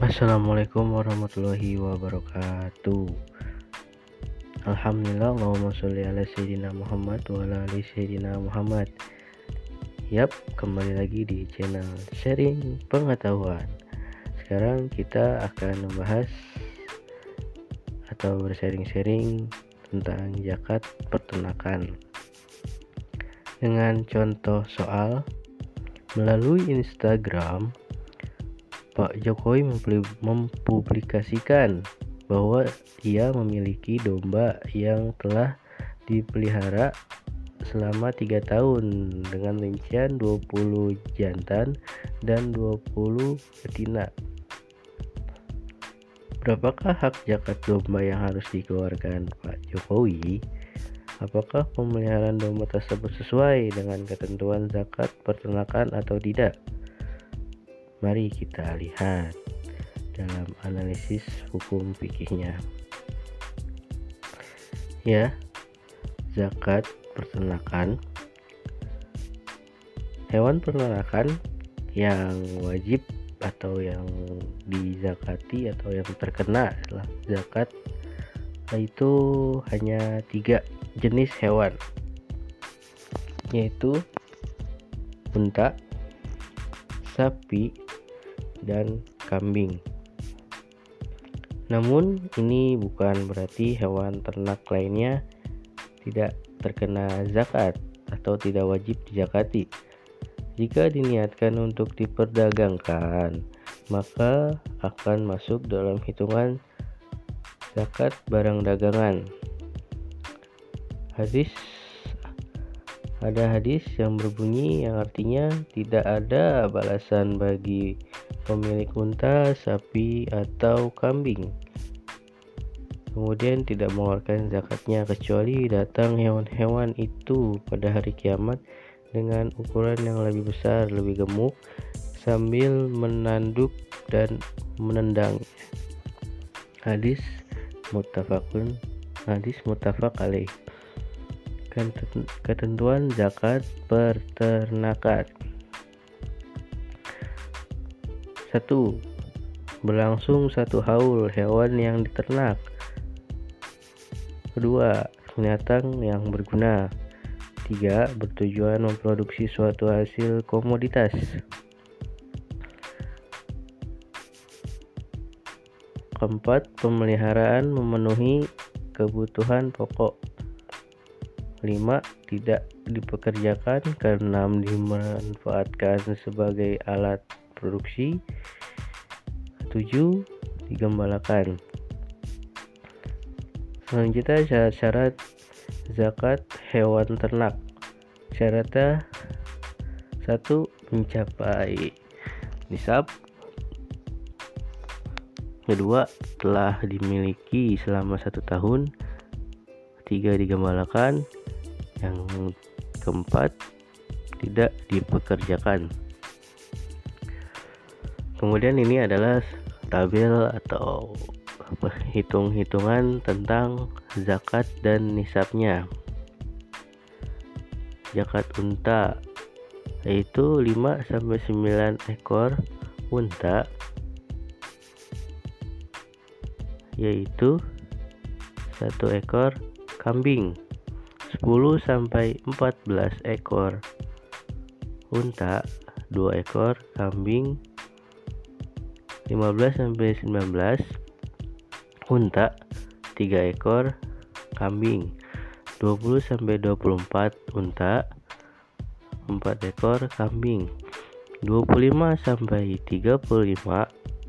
Assalamualaikum warahmatullahi wabarakatuh. Alhamdulillah, Allahumma sholli ala sayyidina Muhammad wa ala ali sayyidina Muhammad. Yap, kembali lagi di channel sharing pengetahuan. Sekarang kita akan membahas atau bersharing-sharing tentang zakat peternakan. Dengan contoh soal melalui Instagram, Pak Jokowi mempublikasikan bahwa ia memiliki domba yang telah dipelihara selama 3 tahun dengan rincian 20 jantan dan 20 betina. Berapakah hak zakat domba yang harus dikeluarkan Pak Jokowi? Apakah pemeliharaan domba tersebut sesuai dengan ketentuan zakat peternakan atau tidak? Mari kita lihat dalam analisis hukum fikihnya. Ya, zakat peternakan. Hewan peternakan yang wajib atau yang dizakati atau yang terkena adalah zakat, yaitu hanya 3 jenis hewan, yaitu unta, sapi, dan kambing. Namun ini bukan berarti hewan ternak lainnya tidak terkena zakat atau tidak wajib dizakati. Jika diniatkan untuk diperdagangkan, maka akan masuk dalam hitungan zakat barang dagangan. Ada hadis yang berbunyi yang artinya tidak ada balasan bagi pemilik unta, sapi, atau kambing, kemudian tidak mengeluarkan zakatnya kecuali datang hewan-hewan itu pada hari kiamat dengan ukuran yang lebih besar, lebih gemuk, sambil menanduk dan menendang. Hadis muttafaq alaih. Ketentuan zakat peternakan. 1. Berlangsung 1 haul hewan yang diternak. 2. Binatang yang berguna. 3. Bertujuan memproduksi suatu hasil komoditas. 4. Pemeliharaan memenuhi kebutuhan pokok. 5. Tidak dipekerjakan karena dimanfaatkan sebagai alat produksi. 7. Digembalakan. Selanjutnya syarat-syarat zakat hewan ternak. Syaratnya 1. Mencapai nisab. 2. Telah dimiliki selama 1 tahun. 3. Digembalakan. Yang keempat, tidak dipekerjakan. Kemudian ini adalah tabel atau hitung-hitungan tentang zakat dan nisabnya. Zakat unta yaitu 5-9 ekor unta, yaitu 1 ekor kambing. 10-14 ekor unta, 2 ekor kambing. 15-19 unta, 3 ekor kambing. 20-24 unta, 4 ekor kambing. 25-35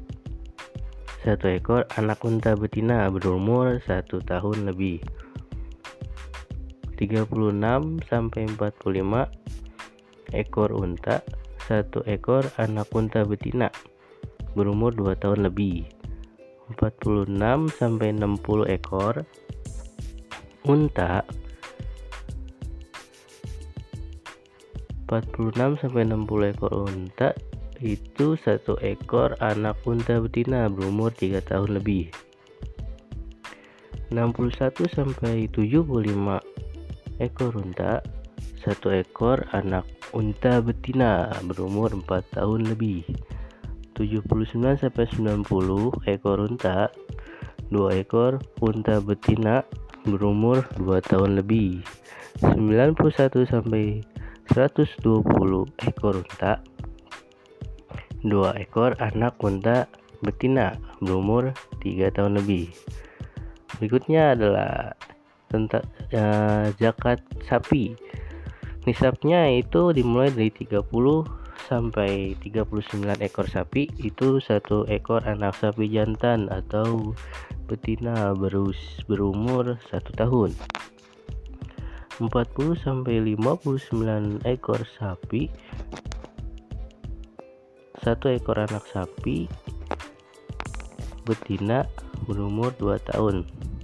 1 ekor anak unta betina berumur 1 tahun lebih. 36-45 ekor unta, 1 ekor anak unta betina berumur 2 tahun lebih. 46-60 ekor unta, 46-60 ekor unta itu 1 ekor anak unta betina berumur 3 tahun lebih. 61-75 ekor unta, 1 ekor anak unta betina berumur 4 tahun lebih. 79 sampai 90 ekor unta, 2 ekor unta betina berumur 2 tahun lebih. 91 sampai 120 ekor unta, 2 ekor anak unta betina berumur 3 tahun lebih. Berikutnya adalah tentang zakat sapi. Nisabnya itu dimulai dari 30 sampai 39 ekor sapi. Itu 1 ekor anak sapi jantan atau betina berumur 1 tahun. 40 sampai 59 ekor sapi, 1 ekor anak sapi betina berumur 2 tahun.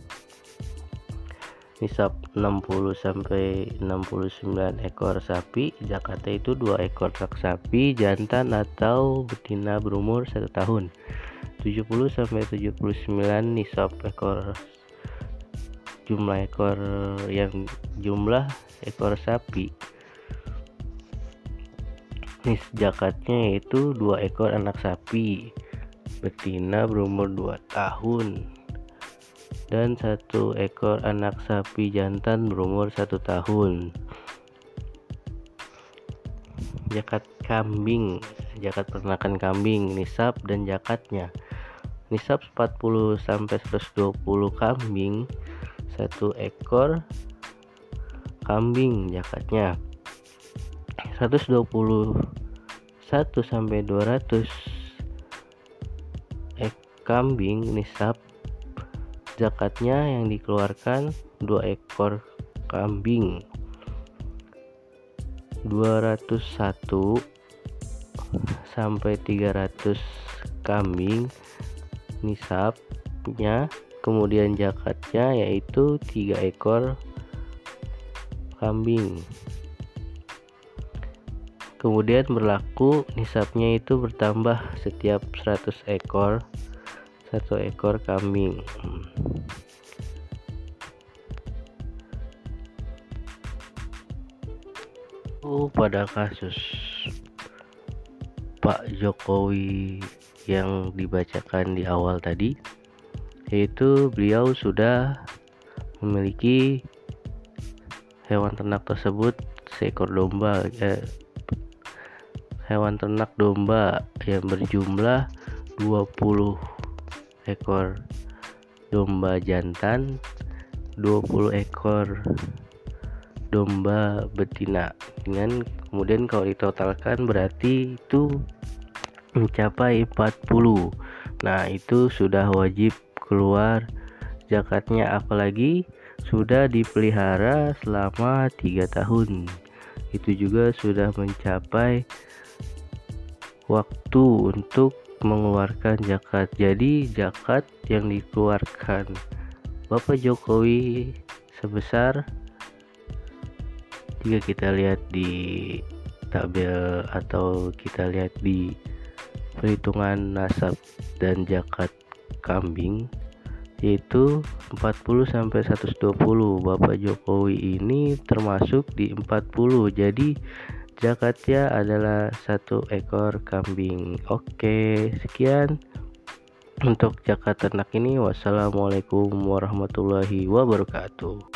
Nisab 60 sampai 69 ekor sapi, zakatnya itu 2 ekor sapi jantan atau betina berumur 1 tahun. 70 sampai 79 nisab jumlah ekor sapi. Zakatnya itu 2 ekor anak sapi betina berumur 2 tahun dan 1 ekor anak sapi jantan berumur 1 tahun. Zakat kambing, zakat peternakan kambing, nisab dan zakatnya. Nisab 40 sampai 120 kambing, 1 ekor kambing zakatnya. 121 sampai 200 kambing nisab, zakatnya yang dikeluarkan 2 ekor kambing. 201 sampai 300 kambing nisabnya, kemudian zakatnya yaitu 3 ekor kambing. Kemudian berlaku nisabnya itu bertambah setiap 100 ekor 1 ekor kambing. Pada kasus Pak Jokowi yang dibacakan di awal tadi, yaitu beliau sudah memiliki hewan ternak tersebut seekor domba, hewan ternak domba yang berjumlah 20 ekor domba jantan, 20 ekor domba betina. Dengan kemudian kalau ditotalkan berarti itu mencapai 40. Nah, itu sudah wajib keluar zakatnya, apalagi sudah dipelihara selama 3 tahun. Itu juga sudah mencapai waktu untuk mengeluarkan zakat. Jadi zakat yang dikeluarkan Bapak Jokowi sebesar, jika kita lihat di tabel atau kita lihat di perhitungan nasab dan zakat kambing, yaitu 40 sampai 120. Bapak Jokowi ini termasuk di 40. Jadi zakatnya adalah 1 ekor kambing. Oke, sekian untuk zakat ternak ini. Wassalamualaikum warahmatullahi wabarakatuh.